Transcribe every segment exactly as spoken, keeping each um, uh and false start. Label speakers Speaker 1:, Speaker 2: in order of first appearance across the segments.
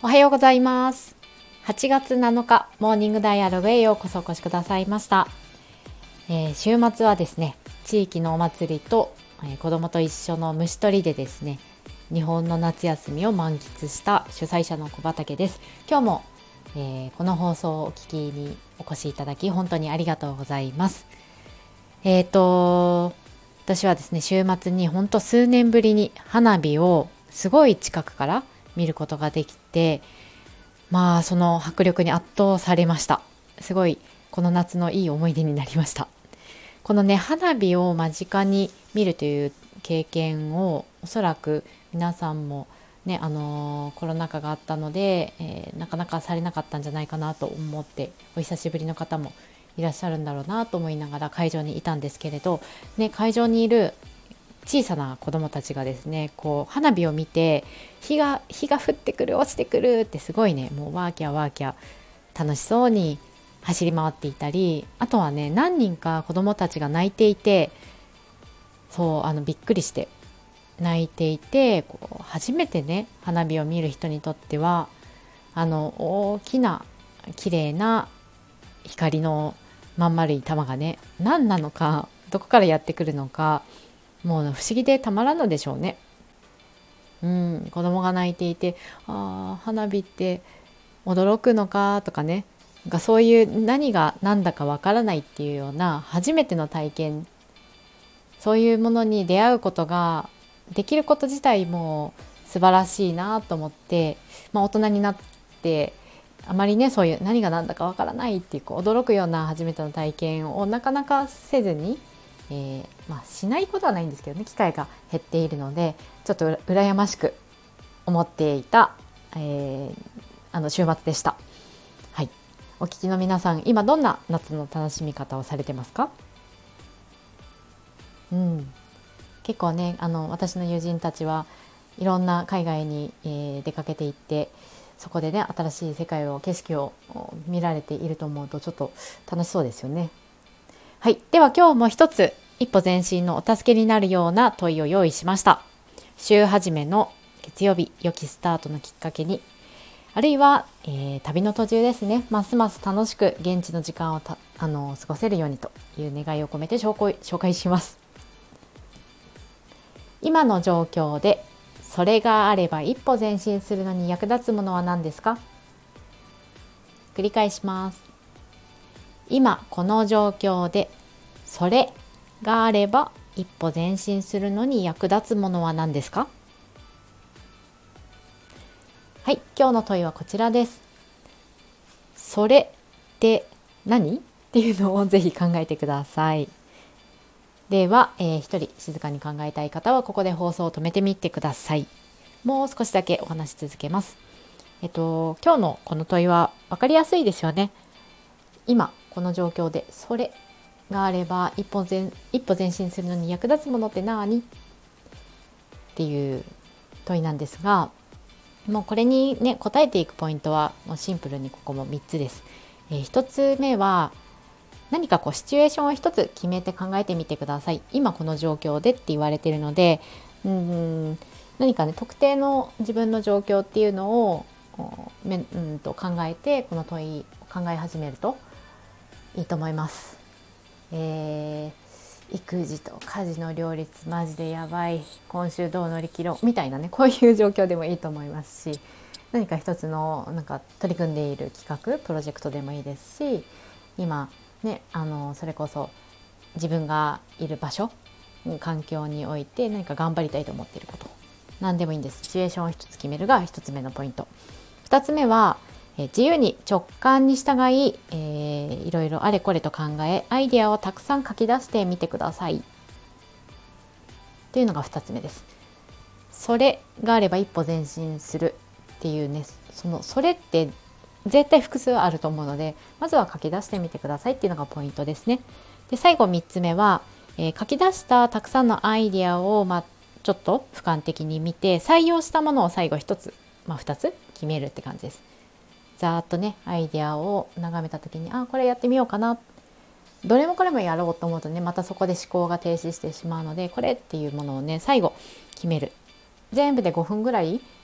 Speaker 1: おはようございます。はちがつなのかモーニングダイアログへようこそお越しくださいました。えー、週末はですね、地域のお祭りと、えー、子どもと一緒の虫取りでですね、日本の夏休みを満喫した主催者の小畑です。今日も、えー、この放送をお聞きにお越しいただき本当にありがとうございます。えーと私はですね、週末に本当数年ぶりに花火をすごい近くから見ることができて、まあその迫力に圧倒されました。すごいこの夏のいい思い出になりました。このね、花火を間近に見るという経験をおそらく皆さんもね、あのーコロナ禍があったので、えーなかなかされなかったんじゃないかなと思って、お久しぶりの方もいらっしゃるんだろうなと思いながら会場にいたんですけれど、ね、会場にいる小さな子どもたちがですね、こう花火を見て火が火が降ってくる、落ちてくるってすごいね、もうワーキャーワーキャー楽しそうに走り回っていたり、あとはね、何人か子どもたちが泣いていて、そうあのびっくりして泣いていて、こう初めてね花火を見る人にとっては、あの大きな綺麗な光のまん丸い玉がね、何なのか、どこからやってくるのか、もう不思議でたまらんのでしょうね。うん、子供が泣いていて、あー花火って驚くのかとかね、がそういう何が何だかわからないっていうような初めての体験、そういうものに出会うことができること自体も素晴らしいなと思って、まあ、大人になってあまりね、そういう何が何だかわからないっていう、こう驚くような初めての体験をなかなかせずに、えーまあ、しないことはないんですけどね、機会が減っているので、ちょっとうら羨ましく思っていた、えーあの週末でした。はい、お聞きの皆さん、今どんな夏の楽しみ方をされてますか？うん、結構ね、あの私の友人たちはいろんな海外に、えー出かけていって、そこでね新しい世界を、景色を見られていると思うと、ちょっと楽しそうですよね。はい、では今日も一つ一歩前進のお助けになるような問いを用意しました。週始めの月曜日、良きスタートのきっかけに、あるいは、えー旅の途中ですね、ますます楽しく現地の時間をたあの過ごせるようにという願いを込めて紹介紹介します。今の状況でそれがあれば一歩前進するのに役立つものは何ですか？繰り返します。今この状況でそれがあれば一歩前進するのに役立つものは何ですか？はい、今日の問いはこちらです。それって何っていうのをぜひ考えてください。では、えー、一人静かに考えたい方はここで放送を止めてみてください。もう少しだけお話し続けます。えっと今日のこの問いは分かりやすいですよね。今この状況でそれがあれば一歩前一歩前進するのに役立つものって何っていう問いなんですが、もうこれにね答えていくポイントはもうシンプルにここもみっつです。えー、ひとつめは、何かこうシチュエーションを一つ決めて考えてみてください。今この状況でって言われているので、うーん何かね特定の自分の状況っていうのをめうんと考えて、この問いを考え始めるといいと思います。えー育児と家事の両立マジでやばい、今週どう乗り切ろうみたいなね、こういう状況でもいいと思いますし、何か一つのなんか取り組んでいる企画プロジェクトでもいいですし、今ね、あのそれこそ自分がいる場所、環境において何か頑張りたいと思っていること、何でもいいんです。シチュエーションを一つ決めるが一つ目のポイント。二つ目は、え自由に直感に従い、えー、いろいろあれこれと考え、アイデアをたくさん書き出してみてくださいというのが二つ目です。それがあれば一歩前進するっていうね、そのそれって絶対複数あると思うので、まずは書き出してみてくださいっていうのがポイントですね。で最後みっつめは、えー書き出したたくさんのアイデアを、まあ、ちょっと俯瞰的に見て、採用したものを最後ひとつ、まあ、ふたつ決めるって感じです。ざーっとねアイデアを眺めた時に、あこれやってみようかな、どれもこれもやろうと思うとね、またそこで思考が停止してしまうので、これっていうものをね最後決める。全部でごふんぐらい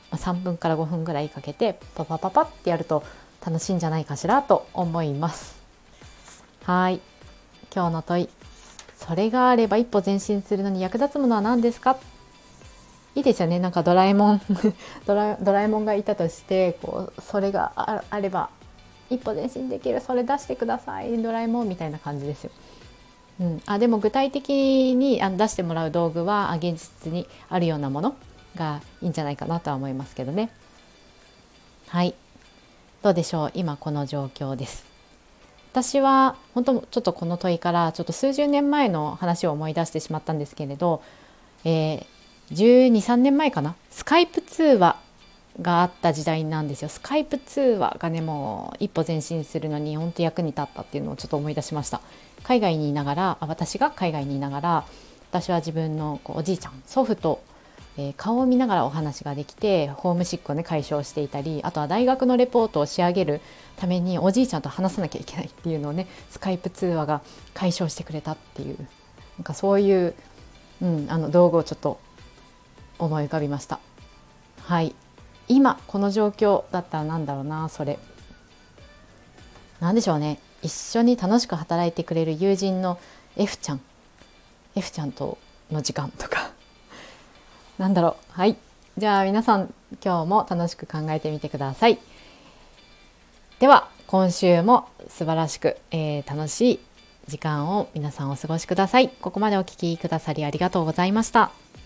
Speaker 1: さんぷんからごふんぐらいかけてパパパパってやると楽しいんじゃないかしらと思います。はい、今日の問い、それがあれば一歩前進するのに役立つものは何ですか？いいですよね。なんかドラえもんドラ、ドラえもんがいたとして、こうそれが あ, あれば一歩前進できる、それ出してくださいドラえもんみたいな感じですよ。うん、あでも具体的にあの出してもらう道具は現実にあるようなものがいいんじゃないかなとは思いますけどね。はい、どうでしょう。今この状況です。私は本当ちょっとこの問いからちょっと数十年前の話を思い出してしまったんですけれど、えー、じゅうに、さんねんまえかな、スカイプ通話があった時代なんですよ。スカイプ通話がね、もう一歩前進するのに本当役に立ったっていうのをちょっと思い出しました。海外にいながら、あ私が海外にいながら、私は自分のこうおじいちゃん、祖父と、えー顔を見ながらお話ができて、ホームシックをね解消していたり、あとは大学のレポートを仕上げるためにおじいちゃんと話さなきゃいけないっていうのをね、スカイプ通話が解消してくれたっていう、なんかそういう、うん、あの道具をちょっと思い浮かびました。はい、今この状況だったらなんだろうな、それなんでしょうね。一緒に楽しく働いてくれる友人の F ちゃん F ちゃんとの時間とかなんだろう。はい、じゃあ皆さん今日も楽しく考えてみてください。では今週も素晴らしく、えー、楽しい時間を皆さんお過ごしください。ここまでお聞きくださりありがとうございました。